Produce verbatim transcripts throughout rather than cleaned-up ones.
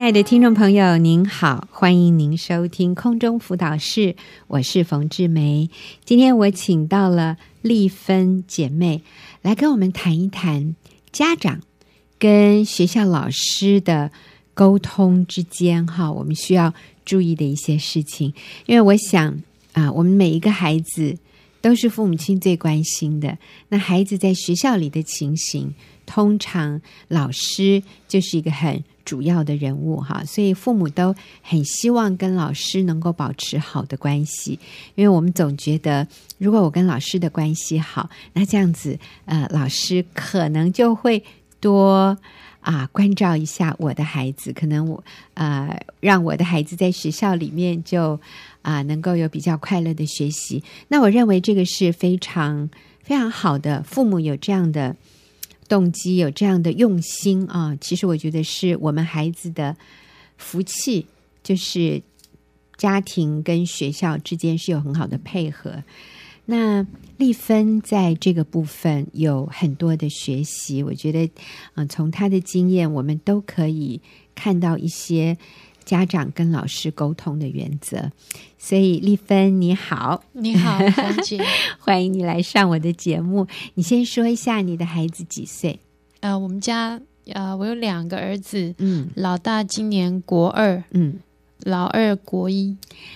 亲爱的听众朋友您好，欢迎您收听空中辅导室，我是冯志梅。今天我请到了丽芬姐妹来跟我们谈一谈家长跟学校老师的沟通之间哈，我们需要注意的一些事情。因为我想啊，我们每一个孩子都是父母亲最关心的，那孩子在学校里的情形，通常老师就是一个很主要的人物哈，所以父母都很希望跟老师能够保持好的关系，因为我们总觉得如果我跟老师的关系好，那这样子呃，老师可能就会多啊关照一下我的孩子，可能我呃让我的孩子在学校里面就啊能够有比较快乐的学习。那我认为这个是非常非常好的，父母有这样的动机，有这样的用心啊，其实我觉得是我们孩子的福气，就是家庭跟学校之间是有很好的配合。那丽芬在这个部分有很多的学习，我觉得呃，从她的经验我们都可以看到一些家长跟老师沟通的原则。所以丽芬你好。 你好冯姐欢迎你来上我的节目。你先说一下你的孩子几岁？ 呃，我们家呃，我有两个儿子， 嗯， 老大今年国二， 嗯， 老二国一。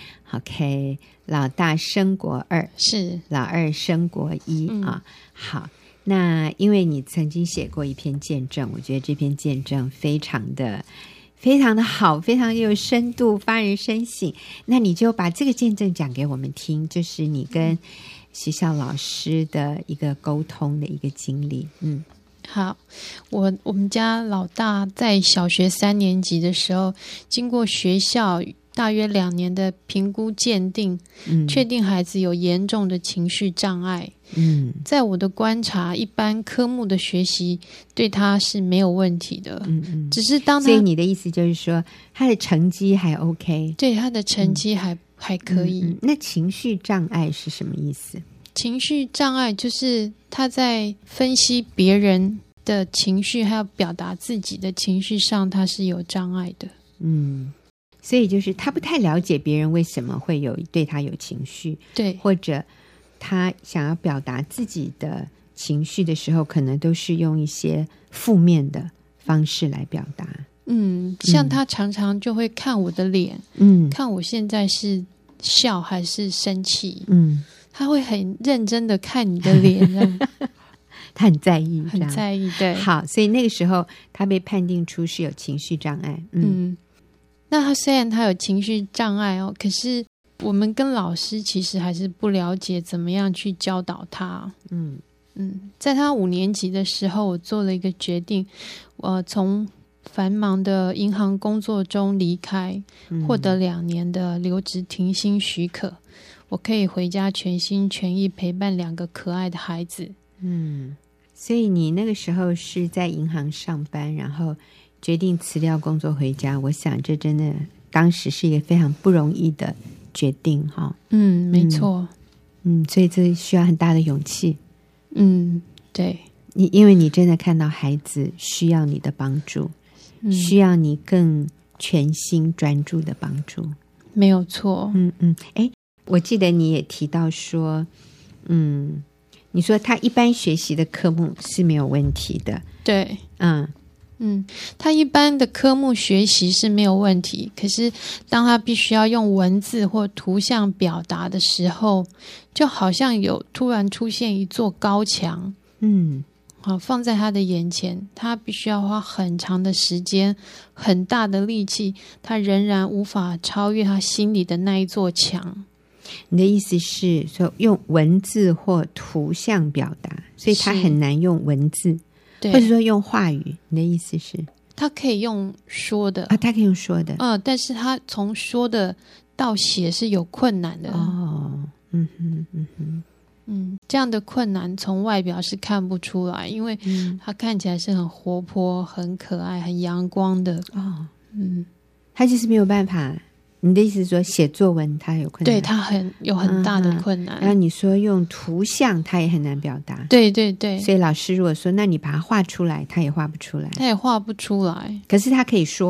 OK， 老大升国二， 是老二升国一、 嗯、 啊。好，那因为你曾经写过一篇见证，我觉得这篇见证非常的非常的好，非常有深度，发人深省。那你就把这个见证讲给我们听，就是你跟学校老师的一个沟通的一个经历。嗯， 好，我我们家老大在小学三年级的时候，经过学校大约两年的评估鉴定，嗯，确定孩子有严重的情绪障碍。嗯，在我的观察，一般科目的学习对他是没有问题的。嗯嗯，只是当他， 所以你的意思就是说，他的成绩还 OK？ 对，他的成绩还、嗯、还可以、 嗯嗯。那情绪障碍是什么意思？ 情绪障碍就是他在分析别人的情绪还有表达自己的情绪上，他是有障碍的。 嗯，所以就是他不太了解别人为什么会有对他有情绪， 对， 或者他想要表达自己的情绪的时候，可能都是用一些负面的方式来表达。 嗯，像他常常就会看我的脸，嗯，看我现在是笑还是生气，嗯，他会很认真的看你的脸他很在意， 很在意，对。 好，所以那个时候他被判定出是有情绪障碍。 嗯, 嗯，那他虽然他有情绪障碍哦，可是我们跟老师其实还是不了解怎么样去教导他。嗯嗯，在他五年级的时候，我做了一个决定，我从繁忙的银行工作中离开，获得两年的留职停薪许可，我可以回家全心全意陪伴两个可爱的孩子。 嗯，所以你那个时候是在银行上班，然后决定辞掉工作回家，我想这真的当时是一个非常不容易的决定哈。 嗯，没错。 嗯，所以这需要很大的勇气。 嗯，对， 你因为你真的看到孩子需要你的帮助，嗯、需要你更全心专注的帮助。 没有错。 嗯嗯，哎，我记得你也提到说，嗯，你说他一般学习的科目是没有问题的。 对， 嗯。 嗯，他一般的科目学习是没有问题，可是当他必须要用文字或图像表达的时候，就好像有突然出现一座高墙，嗯，好，放在他的眼前，他必须要花很长的时间、很大的力气，他仍然无法超越他心里的那一座墙。 你的意思是说用文字或图像表达，所以他很难用文字，或者说用话语。你的意思是他可以用说的啊，他可以用说的， 嗯，但是他从说的到写是有困难的。 哦，嗯哼嗯哼嗯，这样的困难从外表是看不出来，因为他看起来是很活泼、很可爱、很阳光的。哦，嗯， 他就是没有办法。你的意思是说写作文他有困难？ 对，他很有很大的困难。 嗯、然后你说用图像他也很难表达。 对对对， 所以老师如果说那你把它画出来，他也画不出来。 他也画不出来。 可是他可以说。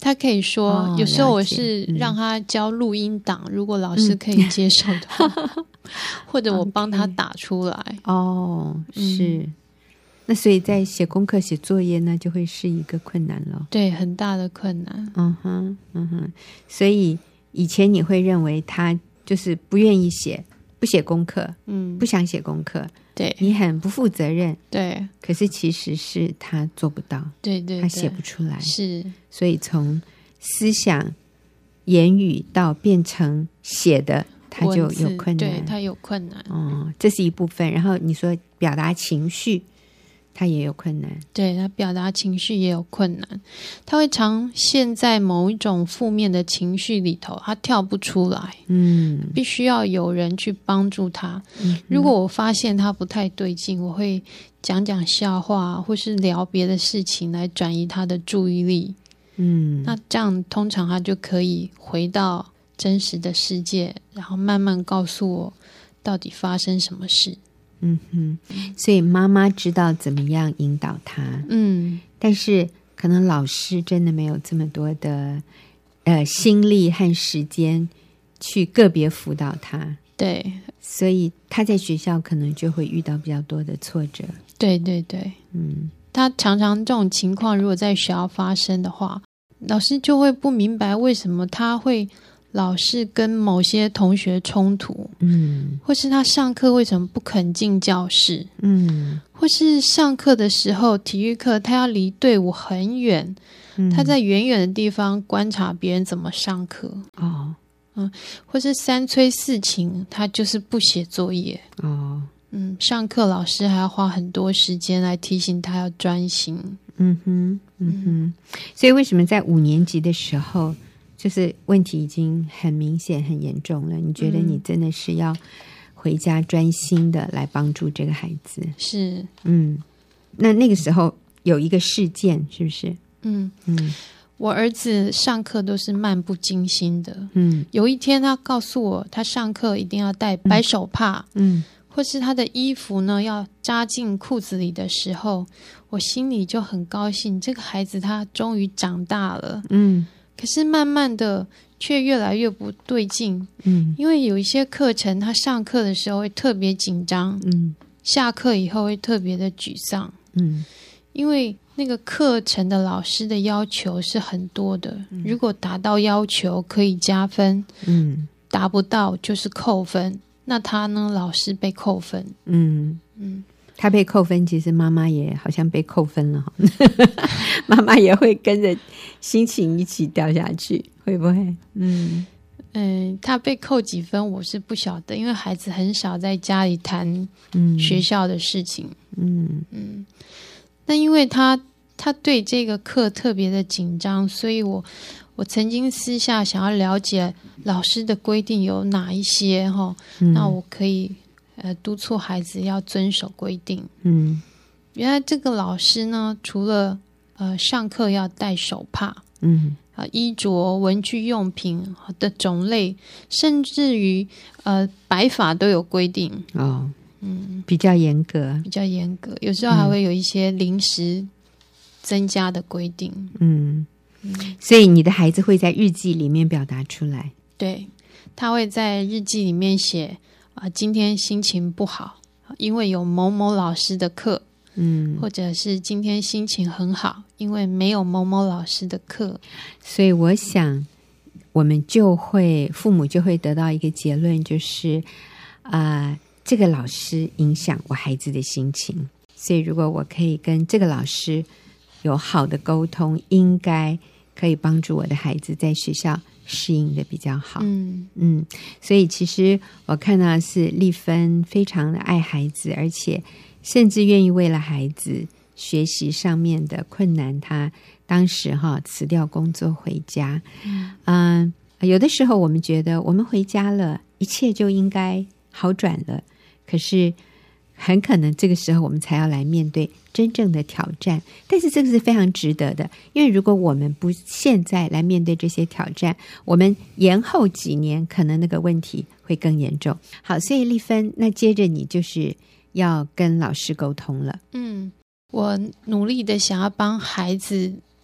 他可以说、 哦、 有时候我是让他交录音档、嗯、如果老师可以接受的话、嗯、或者我帮他打出来、 okay. 哦，是、嗯，那所以在写功课写作业那就会是一个困难了。 对，很大的困难。 嗯哼嗯哼，所以以前你会认为他就是不愿意写，不写功课，嗯，不想写功课， 对， 你很不负责任， 对， 可是其实是他做不到， 对 对, 对， 他写不出来， 是， 所以从思想言语到变成写的他就有困难， 对，他有困难、 哦、这是一部分。然后你说表达情绪他也有困难， 对，他表达情绪也有困难，他会常陷在某一种负面的情绪里头，他跳不出来，嗯，必须要有人去帮助他、嗯、如果我发现他不太对劲，我会讲讲笑话或是聊别的事情来转移他的注意力，嗯，那这样通常他就可以回到真实的世界，然后慢慢告诉我到底发生什么事。 嗯哼，所以妈妈知道怎么样引导他，嗯，但是可能老师真的没有这么多的呃心力和时间去个别辅导他， 对， 所以他在学校可能就会遇到比较多的挫折。 对对对，嗯，他常常这种情况如果在学校发生的话，老师就会不明白为什么他会老是跟某些同学冲突，嗯，或是他上课为什么不肯进教室，嗯，或是上课的时候体育课他要离队伍很远、嗯、他在远远的地方观察别人怎么上课，哦，嗯，或是三催四请他就是不写作业，哦，嗯，上课老师还要花很多时间来提醒他要专心， 嗯哼嗯哼，所以为什么在五年级的时候就是问题已经很明显很严重了，你觉得你真的是要回家专心的来帮助这个孩子？ 是， 嗯，那那个时候有一个事件是不是？嗯嗯，我儿子上课都是漫不经心的，嗯，有一天他告诉我他上课一定要戴白手帕，嗯，或是他的衣服呢要扎进裤子里的时候，我心里就很高兴，这个孩子他终于长大了，嗯，可是慢慢的却越来越不对劲，嗯，因为有一些课程他上课的时候会特别紧张，嗯，下课以后会特别的沮丧，嗯，因为那个课程的老师的要求是很多的，嗯，如果达到要求可以加分，嗯，达不到就是扣分，那他呢老师被扣分， 嗯嗯，他被扣分，其实妈妈也好像被扣分了妈妈也会跟着心情一起掉下去，会不会？嗯嗯，他被扣几分我是不晓得，因为孩子很少在家里谈学校的事情，嗯嗯，那因为他他对这个课特别的紧张，所以我我曾经私下想要了解老师的规定有哪一些，嗯，那我可以呃督促孩子要遵守规定。嗯，原来这个老师呢，除了呃上课要戴手帕，嗯，啊衣着文具用品的种类，甚至于呃摆法都有规定哦，嗯，比较严格， 比较严格，有时候还会有一些临时增加的规定。嗯嗯，所以你的孩子会在日记里面表达出来？ 对，他会在日记里面写啊、呃，今天心情不好，因为有某某老师的课，嗯，或者是今天心情很好，因为没有某某老师的课。 所以我想，我们就会父母就会得到一个结论，就是啊、呃，这个老师影响我孩子的心情。所以如果我可以跟这个老师有好的沟通，应该可以帮助我的孩子在学校适应的比较好。嗯嗯，所以其实我看到是丽芬非常的爱孩子，而且甚至愿意为了孩子学习上面的困难，他当时哈辞掉工作回家。嗯、呃，有的时候我们觉得我们回家了，一切就应该好转了，可是很可能这个时候我们才要来面对真正的挑战，但是这个是非常值得的，因为如果我们不现在来面对这些挑战，我们延后几年可能那个问题会更严重。好，所以丽芬，那接着你就是要跟老师沟通了。 嗯，我努力的想要帮孩子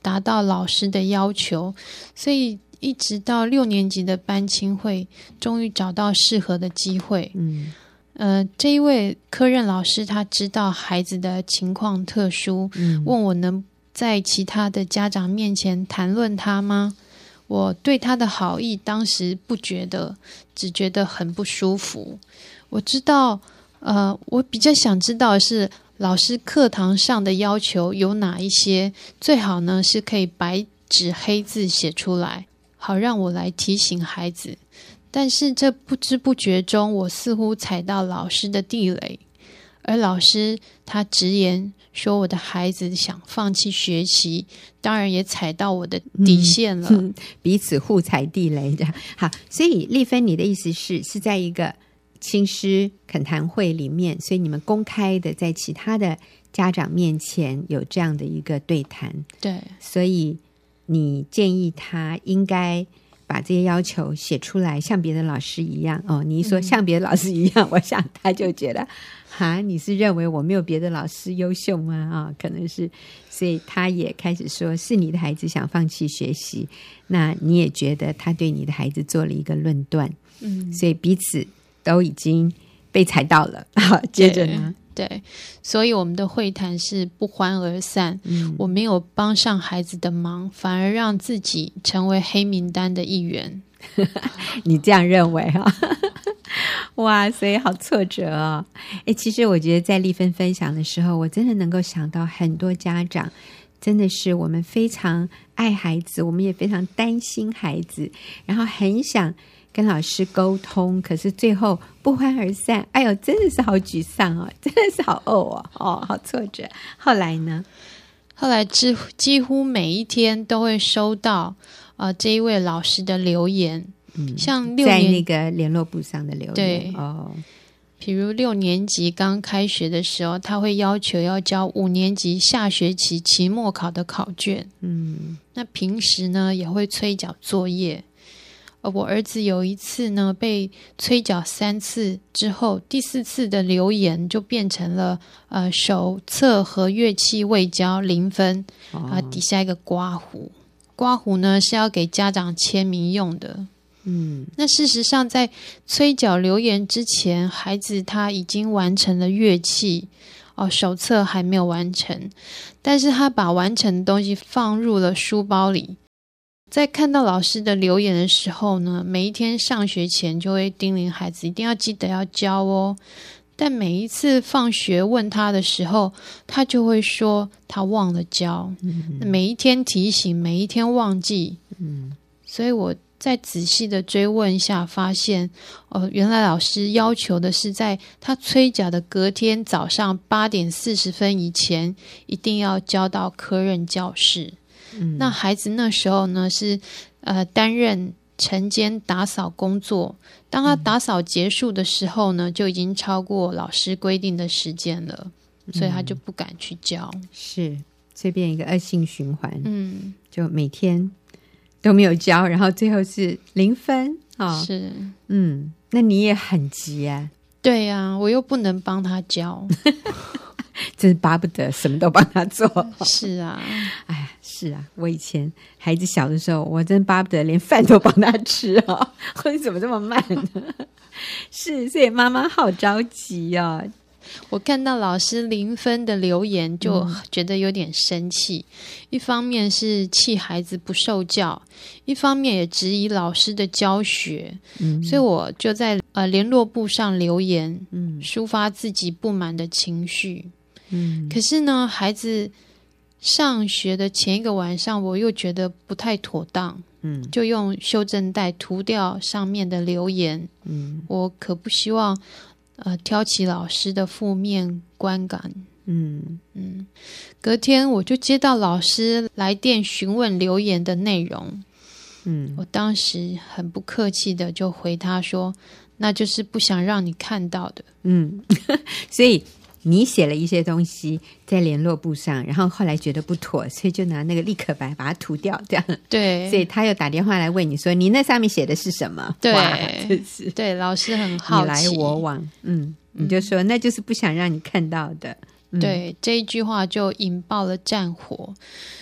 达到老师的要求，所以一直到六年级的班亲会，终于找到适合的机会。嗯，呃，这一位科任老师他知道孩子的情况特殊，嗯，问我能在其他的家长面前谈论他吗？我对他的好意当时不觉得，只觉得很不舒服。我知道，呃，我比较想知道的是老师课堂上的要求有哪一些，最好呢是可以白纸黑字写出来，好让我来提醒孩子。但是这不知不觉中，我似乎踩到老师的地雷，而老师他直言说我的孩子想放弃学习，当然也踩到我的底线了。 嗯嗯、彼此互踩地雷的。好，所以丽芬，你的意思是是在一个亲师恳谈会里面，所以你们公开的在其他的家长面前有这样的一个对谈。 对， 所以你建议他应该把这些要求写出来，像别的老师一样。哦，你一说像别的老师一样，嗯、我想他就觉得哈，你是认为我没有别的老师优秀吗？啊、哦，可能是，所以他也开始说是你的孩子想放弃学习，那你也觉得他对你的孩子做了一个论断。嗯，所以彼此都已经被踩到了。好，接着呢？ 对，对，所以我们的会谈是不欢而散。嗯，我没有帮上孩子的忙，反而让自己成为黑名单的一员。 你这样认为啊？哇，所以好挫折哦。诶，其实我觉得在丽芬分享的时候，我真的能够想到很多家长，真的是我们非常爱孩子，我们也非常担心孩子，然后很想跟老师沟通，可是最后不欢而散。哎呦，真的是好沮丧哦，真的是好怄哦，哦，好挫折。后来呢？ 后来几几乎每一天都会收到呃这一位老师的留言，嗯，像六年在那个联络簿上的留言。 对哦，比如六年级刚开学的时候，他会要求要交五年级下学期期末考的考卷。嗯，那平时呢也会催缴作业。我儿子有一次呢被催缴三次之后，第四次的留言就变成了呃手册和乐器未交零分，啊、哦、底下一个刮胡，刮胡呢是要给家长签名用的。嗯，那事实上在催缴留言之前，孩子他已经完成了乐器，哦，手册还没有完成，但是他把完成的东西放入了书包里。在看到老师的留言的时候呢，每一天上学前就会叮咛孩子一定要记得要交哦。但每一次放学问他的时候，他就会说他忘了交。嗯、每一天提醒，每一天忘记。嗯，所以我再仔细的追问一下，发现哦，原来老师要求的是在他催缴的隔天早上八点四十分以前，一定要交到科任教室。嗯、那孩子那时候呢是呃担任晨间打扫工作，当他打扫结束的时候呢，就已经超过老师规定的时间了，所以他就不敢去教。 嗯、是这边一个恶性循环。嗯，就每天都没有教，然后最后是零分。哦， 是， 嗯，那你也很急啊。 对啊，我又不能帮他教。 真是巴不得什么都帮他做。 是啊， 哎呀，是啊，我以前孩子小的时候，我真巴不得连饭都帮他吃哦。你怎么这么慢呢？是，所以妈妈好着急哦。 我看到老师零分的留言就觉得有点生气、嗯、一方面是气孩子不受教，一方面也质疑老师的教学、嗯、所以我就在呃联络簿上留言、嗯、抒发自己不满的情绪、嗯、可是呢孩子上学的前一个晚上我又觉得不太妥当，嗯，就用修正带涂掉上面的留言，嗯，我可不希望呃，挑起老师的负面观感。嗯嗯，隔天我就接到老师来电询问留言的内容。嗯，我当时很不客气的就回他说，那就是不想让你看到的。 嗯，所以你写了一些东西在联络簿上，然后后来觉得不妥，所以就拿那个立可白把它涂掉，这样。 对， 所以他又打电话来问你说，你那上面写的是什么？ 对，对，老师很好奇， 你来我往。嗯，你就说、嗯、那就是不想让你看到的。嗯、 对，这一句话就引爆了战火。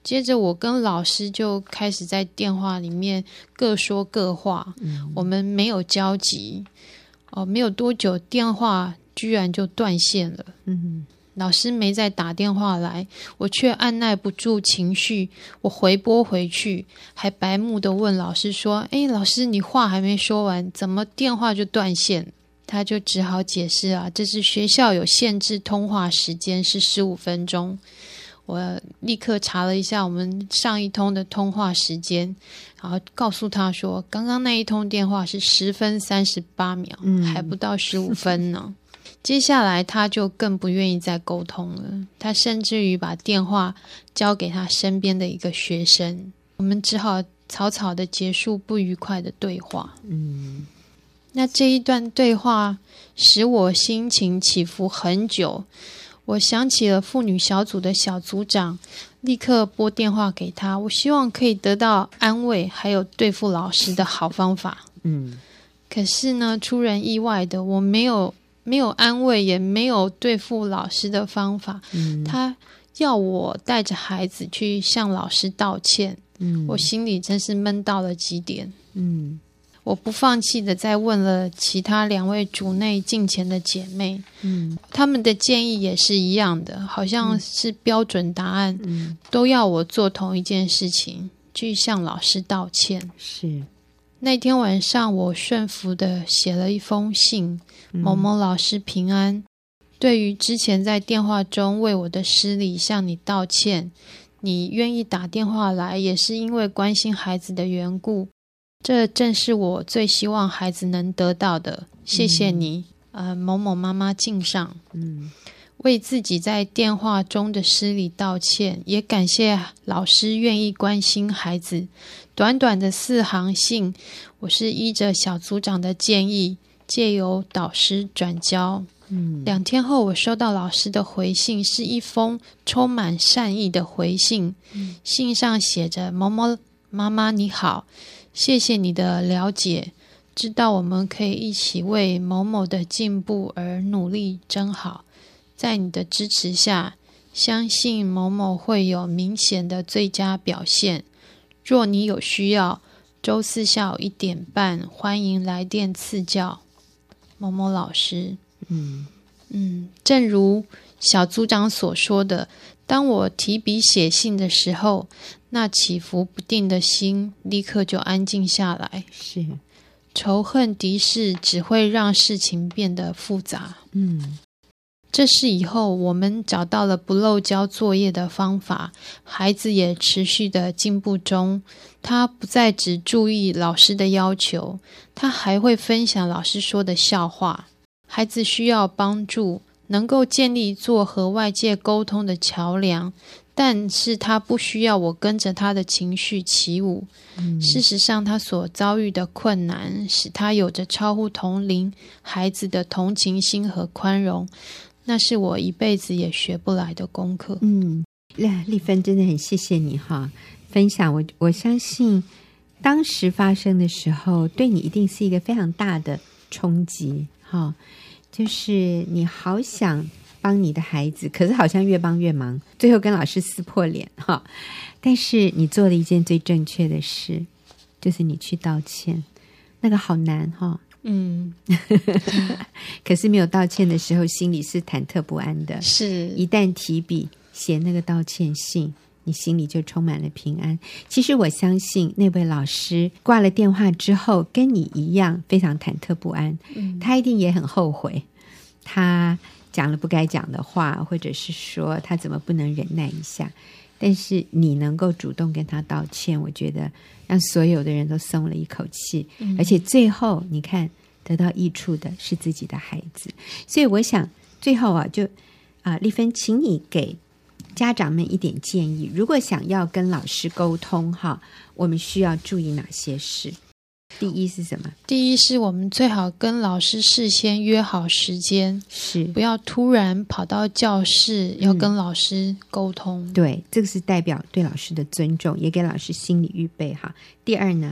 接着我跟老师就开始在电话里面各说各话，嗯、我们没有交集。哦，没有多久电话居然就断线了。嗯，老师没再打电话来，我却按耐不住情绪，我回拨回去，还白目的问老师说：诶，老师你话还没说完，怎么电话就断线？他就只好解释啊，这是学校有限制通话时间是十五分钟。我立刻查了一下我们上一通的通话时间，然后告诉他说刚刚那一通电话是十分三十八秒、嗯、还不到十五分呢。接下来他就更不愿意再沟通了，他甚至于把电话交给他身边的一个学生，我们只好草草的结束不愉快的对话。嗯，那这一段对话使我心情起伏很久，我想起了妇女小组的小组长，立刻拨电话给他，我希望可以得到安慰还有对付老师的好方法。嗯，可是呢，出人意外的，我没有没有安慰，也没有对付老师的方法。嗯，他要我带着孩子去向老师道歉。嗯，我心里真是闷到了极点。嗯，我不放弃的再问了其他两位主内敬虔的姐妹，嗯，他们的建议也是一样的，好像是标准答案，嗯，都要我做同一件事情，去向老师道歉。 是， 那天晚上我顺服的写了一封信，嗯，某某老师平安，对于之前在电话中为我的失礼向你道歉，你愿意打电话来也是因为关心孩子的缘故，这正是我最希望孩子能得到的，谢谢你，嗯、呃，某某妈妈敬上。嗯，为自己在电话中的失礼道歉，也感谢老师愿意关心孩子。短短的四行信，我是依着小组长的建议，借由导师转交。嗯，两天后我收到老师的回信，是一封充满善意的回信。嗯，信上写着：某某妈妈你好，谢谢你的了解，知道我们可以一起为某某的进步而努力，真好。在你的支持下，相信某某会有明显的最佳表现。若你有需要，周四下午一点半，欢迎来电赐教。某某老师。嗯嗯，正如小组长所说的，当我提笔写信的时候，那起伏不定的心立刻就安静下来。 是， 仇恨敌视只会让事情变得复杂。嗯，这是以后我们找到了不漏交作业的方法，孩子也持续的进步中。他不再只注意老师的要求，他还会分享老师说的笑话。孩子需要帮助，能够建立做和外界沟通的桥梁，但是他不需要我跟着他的情绪起舞。嗯，事实上他所遭遇的困难使他有着超乎同龄孩子的同情心和宽容，那是我一辈子也学不来的功课。 嗯，丽芬真的很谢谢你哈，分享。我我相信当时发生的时候对你一定是一个非常大的冲击哈，就是你好想帮你的孩子，可是好像越帮越忙，最后跟老师撕破脸哈。但是你做了一件最正确的事，就是你去道歉，那个好难哈。嗯，可是没有道歉的时候，心里是忐忑不安的。 是， 一旦提笔写那个道歉信，你心里就充满了平安。其实我相信那位老师挂了电话之后跟你一样非常忐忑不安，嗯，他一定也很后悔他讲了不该讲的话，或者是说他怎么不能忍耐一下。但是你能够主动跟他道歉，我觉得让所有的人都松了一口气，嗯，而且最后你看得到益处的是自己的孩子。所以我想最后啊，就啊，丽芬请你给家长们一点建议，如果想要跟老师沟通哈，我们需要注意哪些事？第一是什么？ 第一是我们最好跟老师事先约好时间， 是不要突然跑到教室要跟老师沟通， 嗯，对，这个是代表对老师的尊重，也给老师心理预备哈。第二呢？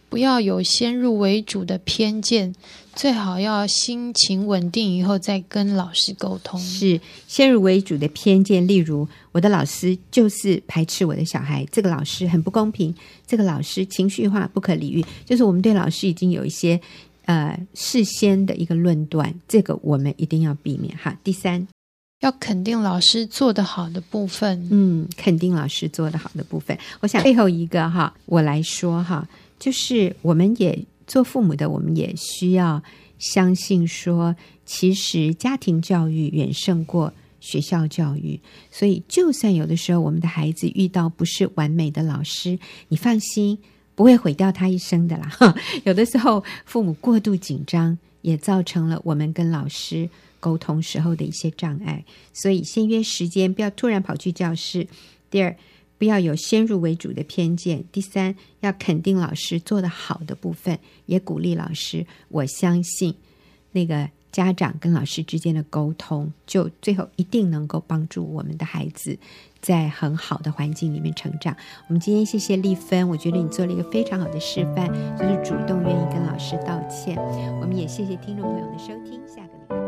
不要有先入为主的偏见，最好要心情稳定以后再跟老师沟通。 是先入为主的偏见，例如我的老师就是排斥我的小孩，这个老师很不公平，这个老师情绪化不可理喻，就是我们对老师已经有一些呃事先的一个论断，这个我们一定要避免哈。第三， 要肯定老师做得好的部分。 嗯，肯定老师做得好的部分。我想最后一个哈，我来说哈，就是我们也做父母的，我们也需要相信说，其实家庭教育远胜过学校教育，所以就算有的时候我们的孩子遇到不是完美的老师，你放心，不会毁掉他一生的啦。有的时候父母过度紧张，也造成了我们跟老师沟通时候的一些障碍，所以先约时间，不要突然跑去教室。第二，不要有先入为主的偏见。第三，要肯定老师做得好的部分，也鼓励老师。我相信那个家长跟老师之间的沟通，就最后一定能够帮助我们的孩子在很好的环境里面成长。我们今天谢谢丽芬，我觉得你做了一个非常好的示范，就是主动愿意跟老师道歉。我们也谢谢听众朋友的收听，下个礼拜